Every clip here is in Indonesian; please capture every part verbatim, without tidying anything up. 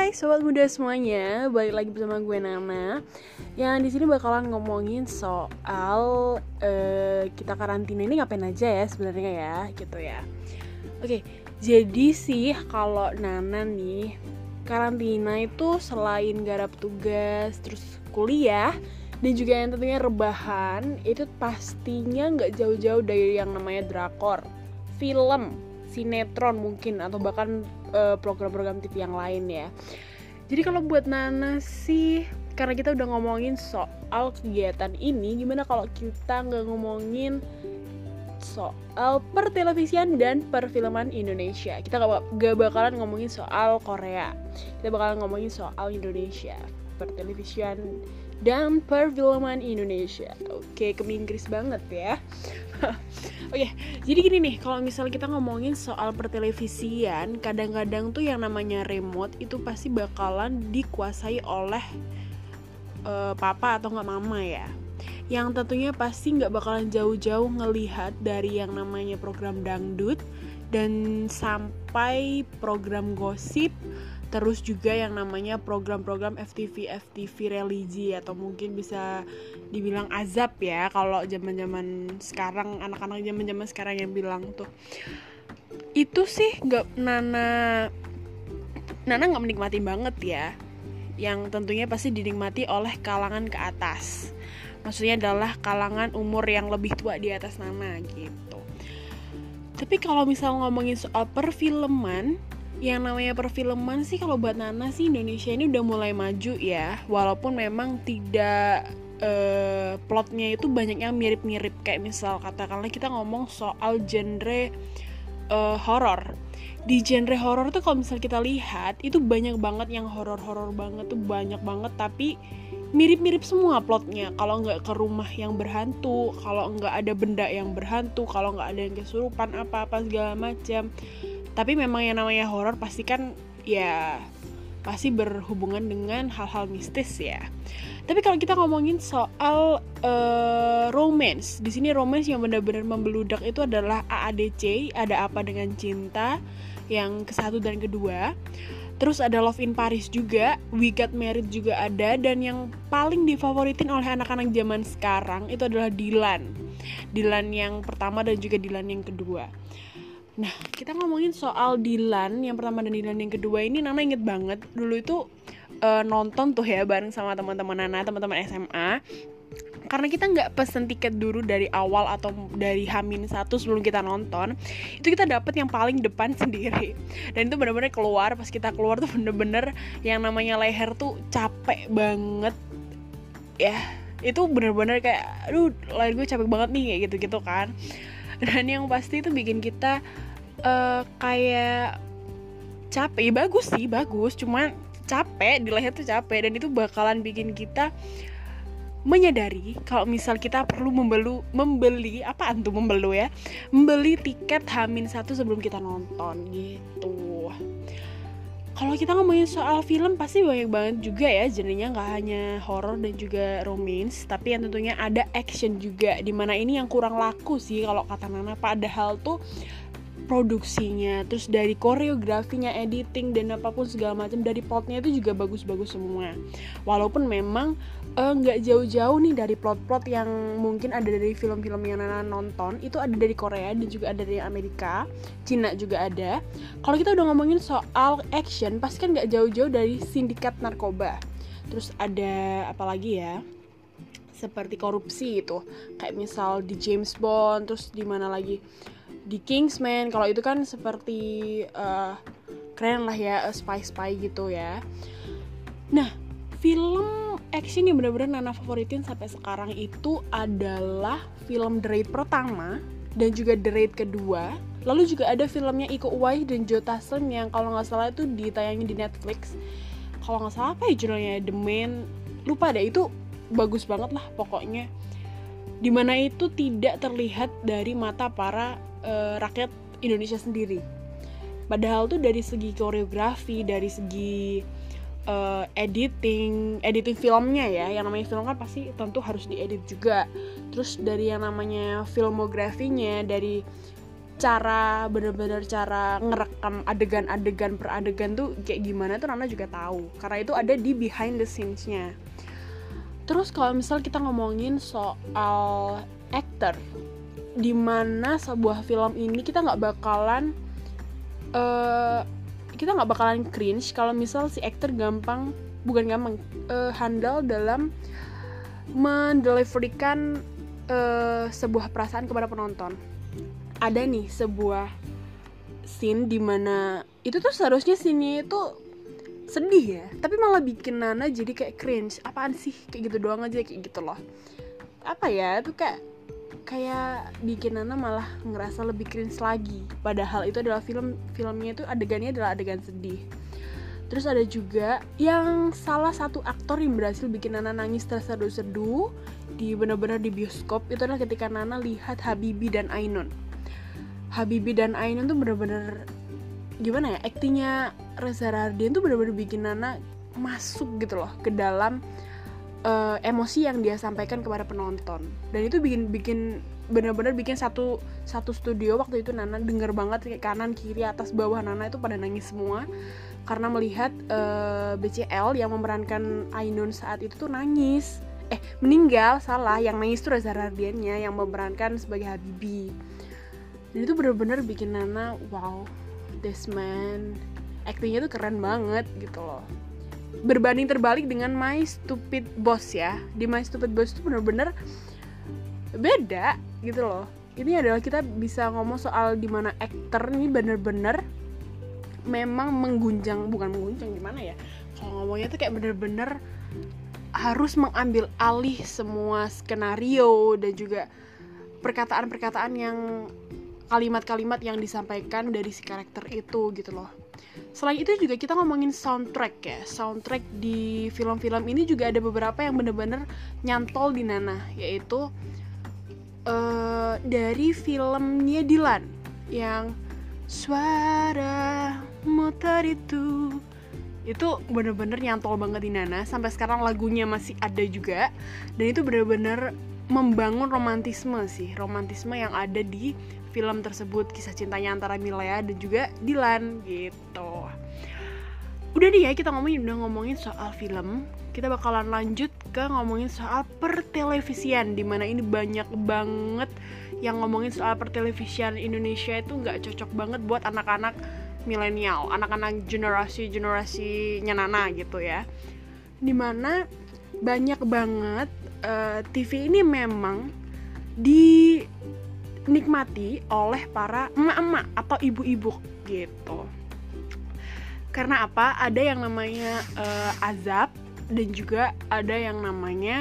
Hai sobat muda semuanya, balik lagi bersama gue Nana. Yang di sini bakalan ngomongin soal uh, kita karantina ini ngapain aja ya sebenarnya ya, gitu ya. Oke, jadi sih kalau Nana nih karantina itu selain garap tugas, terus kuliah, dan juga yang tentunya rebahan, itu pastinya nggak jauh-jauh dari yang namanya drakor, film, sinetron mungkin, atau bahkan uh, program-program T V yang lain ya. Jadi kalau buat Nana sih, karena kita udah ngomongin soal kegiatan ini, gimana kalau kita nggak ngomongin soal pertelevisian dan perfilman Indonesia? Kita gak bakalan ngomongin soal Korea, kita bakalan ngomongin soal Indonesia, pertelevisian dan perfilman Indonesia. Oke, ke Inggris banget ya. Oke, jadi gini nih, kalau misalnya kita ngomongin soal pertelevisian, kadang-kadang tuh yang namanya remote itu pasti bakalan dikuasai oleh uh, papa atau nggak mama ya. Yang tentunya pasti nggak bakalan jauh-jauh ngelihat dari yang namanya program dangdut dan sampai program gosip, terus juga yang namanya program-program F T V F T V religi, atau mungkin bisa dibilang azab ya kalau zaman-zaman sekarang, anak-anak zaman-zaman sekarang yang bilang tuh. Itu sih nggak Nana Nana nggak menikmati banget ya. Yang tentunya pasti dinikmati oleh kalangan ke atas. Maksudnya adalah kalangan umur yang lebih tua di atas Nana gitu. Tapi kalau misal ngomongin soal perfilman, yang namanya perfilman sih kalau buat Nana sih Indonesia ini udah mulai maju ya. Walaupun memang tidak uh, plotnya itu banyak yang mirip-mirip. Kayak misal katakanlah kita ngomong soal genre uh, horor. Di genre horor tuh kalau misal kita lihat itu banyak banget yang horor-horor banget tuh, banyak banget, tapi mirip-mirip semua plotnya. Kalau nggak ke rumah yang berhantu, kalau nggak ada benda yang berhantu, kalau nggak ada yang kesurupan apa-apa segala macam. Tapi memang yang namanya horor pasti kan ya pasti berhubungan dengan hal-hal mistis ya. Tapi kalau kita ngomongin soal uh, romance, di sini romance yang benar-benar membeludak itu adalah A A D C, Ada Apa Dengan Cinta, yang ke satu dan kedua. Terus ada Love in Paris juga, We Got Married juga ada, dan yang paling difavoritin oleh anak-anak zaman sekarang itu adalah Dilan. Dilan yang pertama dan juga Dilan yang kedua. Nah, kita ngomongin soal Dilan yang pertama dan Dilan yang kedua ini, Nana inget banget dulu itu uh, nonton tuh ya bareng sama teman-teman Nana, teman-teman S M A. Karena kita nggak pesen tiket dulu dari awal atau dari Hamin satu sebelum kita nonton, itu kita dapet yang paling depan sendiri. Dan itu benar-benar keluar, pas kita keluar tuh bener-bener yang namanya leher tuh capek banget ya. Itu bener-bener kayak, aduh leher gue capek banget nih kayak gitu-gitu kan. Dan yang pasti itu bikin kita uh, kayak capek, bagus sih, bagus, cuman capek, di leher tuh capek. Dan itu bakalan bikin kita menyadari kalau misal kita perlu membelu, membeli, apaan tuh membelu ya, membeli tiket Hamin satu sebelum kita nonton gitu. Kalau kita ngomongin soal film pasti banyak banget juga ya, jadinya nggak hanya horor dan juga romance, tapi yang tentunya ada action juga, dimana ini yang kurang laku sih kalau kata Nana. Padahal tuh produksinya, terus dari koreografinya, editing, dan apapun segala macam, dari plotnya itu juga bagus-bagus semua. Walaupun memang nggak uh, jauh-jauh nih dari plot-plot yang mungkin ada dari film-film yang Nana nonton, itu ada dari Korea dan juga ada dari Amerika, Cina juga ada. Kalau kita udah ngomongin soal action, pasti kan nggak jauh-jauh dari sindikat narkoba. Terus ada apa lagi ya? Seperti korupsi itu, kayak misal di James Bond, terus di mana lagi? Di Kingsman. Kalau itu kan seperti uh, keren lah ya, spy-spy gitu ya. Nah, film action yang benar-benar Nana favoritin sampai sekarang itu adalah film The Raid pertama dan juga The Raid kedua. Lalu juga ada filmnya Iko Uwais dan Joe Taslim yang kalau nggak salah itu ditayangin di Netflix. Kalau nggak salah apa ya judulnya, The Man, lupa deh. Itu bagus banget lah pokoknya. Dimana itu tidak terlihat dari mata para uh, rakyat Indonesia sendiri. Padahal tuh dari segi koreografi, dari segi uh, editing, editing filmnya ya, yang namanya film kan pasti tentu harus diedit juga. Terus dari yang namanya filmografinya, dari cara bener-bener cara ngerekam adegan-adegan per adegan tuh kayak gimana tuh Nana juga tahu, karena itu ada di behind the scenes-nya. Terus kalau misal kita ngomongin soal actor, dimana sebuah film ini kita nggak bakalan uh, kita nggak bakalan cringe kalau misal si actor gampang bukan gampang uh, handal dalam mendeliverikan uh, sebuah perasaan kepada penonton. Ada nih sebuah scene dimana itu tuh seharusnya scene-nya itu sedih ya, tapi malah bikin Nana jadi kayak cringe. Apaan sih, kayak gitu doang aja, kayak gitu loh. Apa ya, itu kayak kayak bikin Nana malah ngerasa lebih cringe lagi. Padahal itu adalah film filmnya itu adegannya adalah adegan sedih. Terus ada juga yang salah satu aktor yang berhasil bikin Nana nangis terseduh-seduh di benar-benar di bioskop itu adalah ketika Nana lihat Habibie dan Ainun. Habibie dan Ainun tuh bener-bener gimana ya, aktingnya Reza Rahardian tuh bener-bener bikin Nana masuk gitu loh ke dalam uh, emosi yang dia sampaikan kepada penonton. Dan itu bikin bikin bener-bener bikin satu satu studio waktu itu Nana denger banget kayak kanan kiri atas bawah Nana itu pada nangis semua karena melihat uh, B C L yang memerankan Ainun saat itu tuh nangis. Eh meninggal, salah, yang nangis tuh Reza Rahardiannya yang memerankan sebagai Habibie. Dan itu bener-bener bikin Nana, wow, this man, actingnya tuh keren banget gitu loh. Berbanding terbalik dengan My Stupid Boss ya. Di My Stupid Boss tuh bener-bener beda gitu loh. Ini adalah kita bisa ngomong soal dimana aktor ini bener-bener memang menggunjang, bukan menggunjang gimana ya, kalau ngomongnya tuh kayak bener-bener harus mengambil alih semua skenario dan juga perkataan-perkataan yang kalimat-kalimat yang disampaikan dari si karakter itu gitu loh. Selain itu juga kita ngomongin soundtrack ya. Soundtrack di film-film ini juga ada beberapa yang bener-bener nyantol di Nana, yaitu uh, dari filmnya Dilan yang Suara Motor itu itu bener-bener nyantol banget di Nana. Sampai sekarang lagunya masih ada juga. Dan itu bener-bener membangun romantisme sih, romantisme yang ada di film tersebut, kisah cintanya antara Milea dan juga Dilan gitu. Udah deh ya, kita ngomongin udah ngomongin soal film. Kita bakalan lanjut ke ngomongin soal pertelevisian, dimana ini banyak banget yang ngomongin soal pertelevisian Indonesia itu nggak cocok banget buat anak-anak milenial, anak-anak generasi-generasinya Nana gitu ya. Dimana banyak banget uh, T V ini memang dinikmati oleh para emak-emak atau ibu-ibu gitu. Karena apa? Ada yang namanya uh, azab dan juga ada yang namanya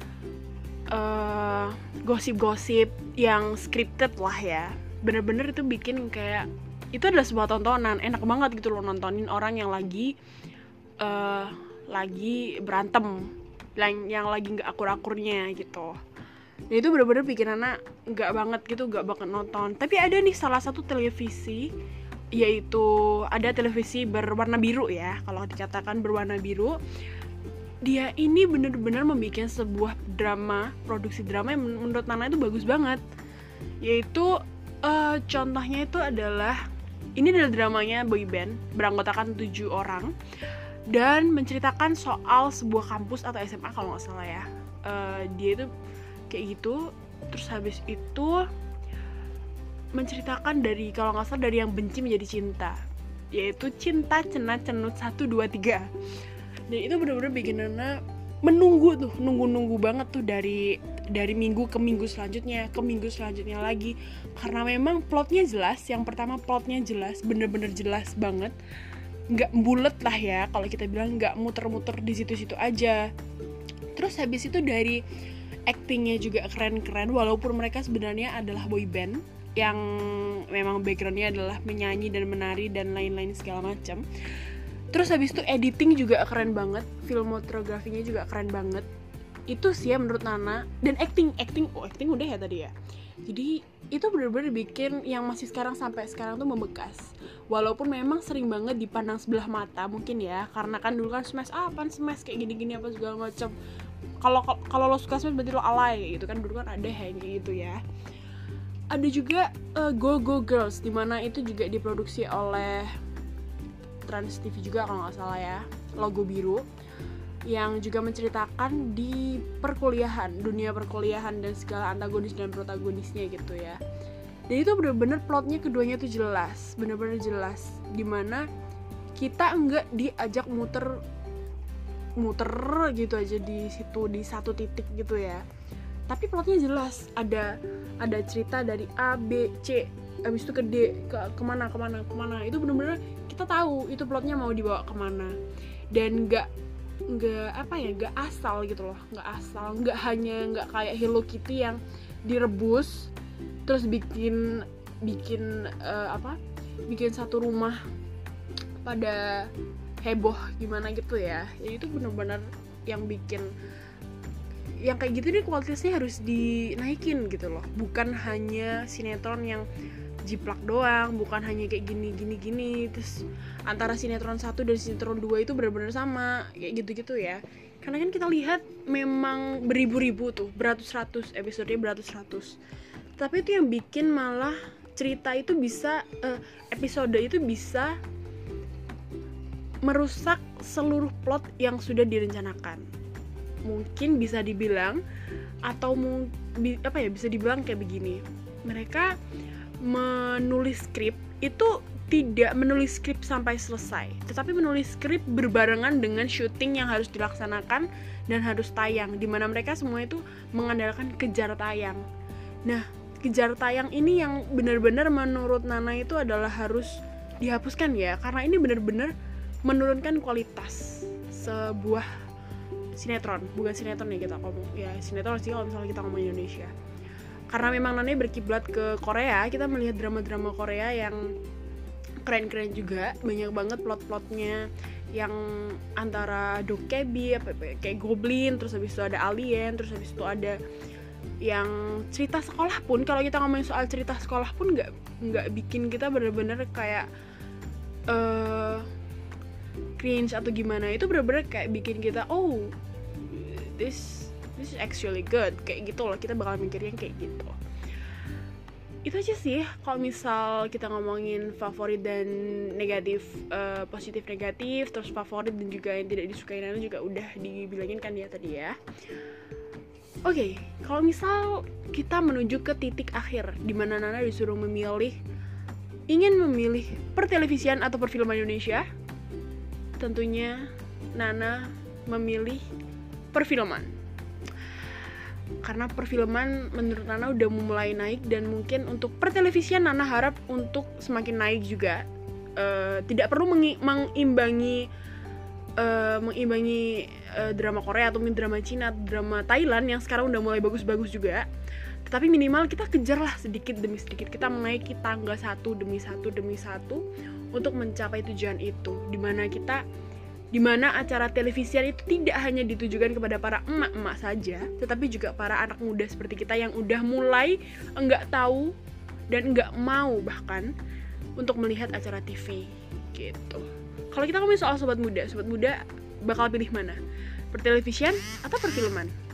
uh, gosip-gosip yang scripted lah ya. Bener-bener itu bikin kayak itu adalah sebuah tontonan, enak banget gitu loh nontonin orang yang lagi uh, lagi berantem, yang, yang lagi nggak akur-akurnya gitu. Dan itu bener-bener bikin anak nggak banget gitu, nggak banget nonton. Tapi ada nih salah satu televisi, yaitu ada televisi berwarna biru ya, kalau dikatakan berwarna biru. Dia ini bener-bener membuat sebuah drama, produksi drama yang menurut Nana itu bagus banget. Yaitu uh, contohnya itu adalah, ini adalah dramanya boyband beranggotakan tujuh orang dan menceritakan soal sebuah kampus atau S M A kalau nggak salah ya. Uh, dia itu kayak gitu, terus habis itu menceritakan dari, kalau nggak salah, dari yang benci menjadi cinta, yaitu cinta cenat cenut satu dua tiga. Dan itu benar-benar bikin Nana menunggu tuh, nunggu-nunggu banget tuh dari dari minggu ke minggu selanjutnya, ke minggu selanjutnya lagi. Karena memang plotnya jelas. Yang pertama plotnya jelas, bener-bener jelas banget. Nggak bulet lah ya, kalau kita bilang nggak muter-muter di situ-situ aja. Terus habis itu dari actingnya juga keren-keren, walaupun mereka sebenarnya adalah boyband yang memang backgroundnya adalah menyanyi dan menari dan lain-lain segala macam. Terus habis itu editing juga keren banget, filmografinya juga keren banget. Itu sih ya menurut Nana. Dan acting, acting, oh acting udah ya tadi ya. Jadi itu benar-benar bikin yang masih sekarang sampai sekarang tuh membekas. Walaupun memang sering banget dipandang sebelah mata mungkin ya, karena kan dulu kan smash, ah apaan smash kayak gini-gini apa segala macam. Kalau kalau lo suka smash berarti lo alay gitu kan, dulu kan ada kayak gitu ya. ada juga uh, Go Go Girls, dimana itu juga diproduksi oleh Trans T V juga kalau nggak salah ya, logo biru, yang juga menceritakan di perkuliahan, dunia perkuliahan dan segala antagonis dan protagonisnya gitu ya. Dan itu bener-bener plotnya keduanya tuh jelas, bener-bener jelas, dimana kita enggak diajak muter muter gitu aja di situ, di satu titik gitu ya. Tapi plotnya jelas, ada ada cerita dari A, B, C, habis itu ke D, ke kemana kemana kemana. Itu bener-bener kita tahu itu plotnya mau dibawa kemana, dan enggak nggak apa ya nggak asal gitu loh, nggak asal, nggak hanya nggak kayak Hello Kitty yang direbus terus bikin bikin uh, apa bikin satu rumah pada heboh gimana gitu ya. Jadi itu benar-benar yang bikin yang kayak gitu nih, kualitasnya harus dinaikin gitu loh, bukan hanya sinetron yang jiplak doang, bukan hanya kayak gini gini gini terus antara sinetron satu dan sinetron dua itu benar-benar sama kayak gitu-gitu ya. Karena kan kita lihat memang beribu-ribu tuh, beratus-ratus episode, beratus-ratus, tapi itu yang bikin malah cerita itu bisa uh, episode itu bisa merusak seluruh plot yang sudah direncanakan. Mungkin bisa dibilang atau mung, bi, apa ya bisa dibilang kayak begini, mereka menulis skrip itu tidak menulis skrip sampai selesai, tetapi menulis skrip berbarengan dengan syuting yang harus dilaksanakan dan harus tayang, dimana mereka semua itu mengandalkan kejar tayang. Nah, kejar tayang ini yang benar-benar menurut Nana itu adalah harus dihapuskan ya, karena ini benar-benar menurunkan kualitas sebuah sinetron, bukan sinetron ya kita ngomong, ya sinetron sih kalau misalnya kita ngomong Indonesia. Karena memang Nana berkiblat ke Korea, kita melihat drama-drama Korea yang keren-keren juga, banyak banget plot-plotnya yang antara dokebi, kayak goblin, terus habis itu ada alien, terus habis itu ada yang cerita sekolah pun. Kalau kita ngomongin soal cerita sekolah pun nggak nggak bikin kita bener-bener kayak uh, cringe atau gimana, itu bener-bener kayak bikin kita oh this this is actually good kayak gitu loh, kita bakal mikirnya kayak gitu. Itu aja sih kalau misal kita ngomongin favorit dan negatif, uh, positif negatif, terus favorit dan juga yang tidak disukai Nana juga udah dibilangin kan ya tadi ya. Oke, okay, kalau misal kita menuju ke titik akhir di mana Nana disuruh memilih, ingin memilih pertelevisian atau perfilman Indonesia, tentunya Nana memilih perfilman. Karena perfilman menurut Nana udah mulai naik, dan mungkin untuk pertelevisian Nana harap untuk semakin naik juga. Uh, tidak perlu mengi- mengimbangi uh, mengimbangi uh, drama Korea atau drama Cina, drama Thailand yang sekarang udah mulai bagus-bagus juga. Tetapi minimal kita kejarlah sedikit demi sedikit, kita menaiki tangga satu demi satu demi satu untuk mencapai tujuan itu, dimana kita dimana acara televisian itu tidak hanya ditujukan kepada para emak-emak saja, tetapi juga para anak muda seperti kita yang udah mulai enggak tahu dan enggak mau bahkan untuk melihat acara T V gitu. Kalau kita ngomongin soal sobat muda, sobat muda bakal pilih mana? Pertelevisian atau perfilman?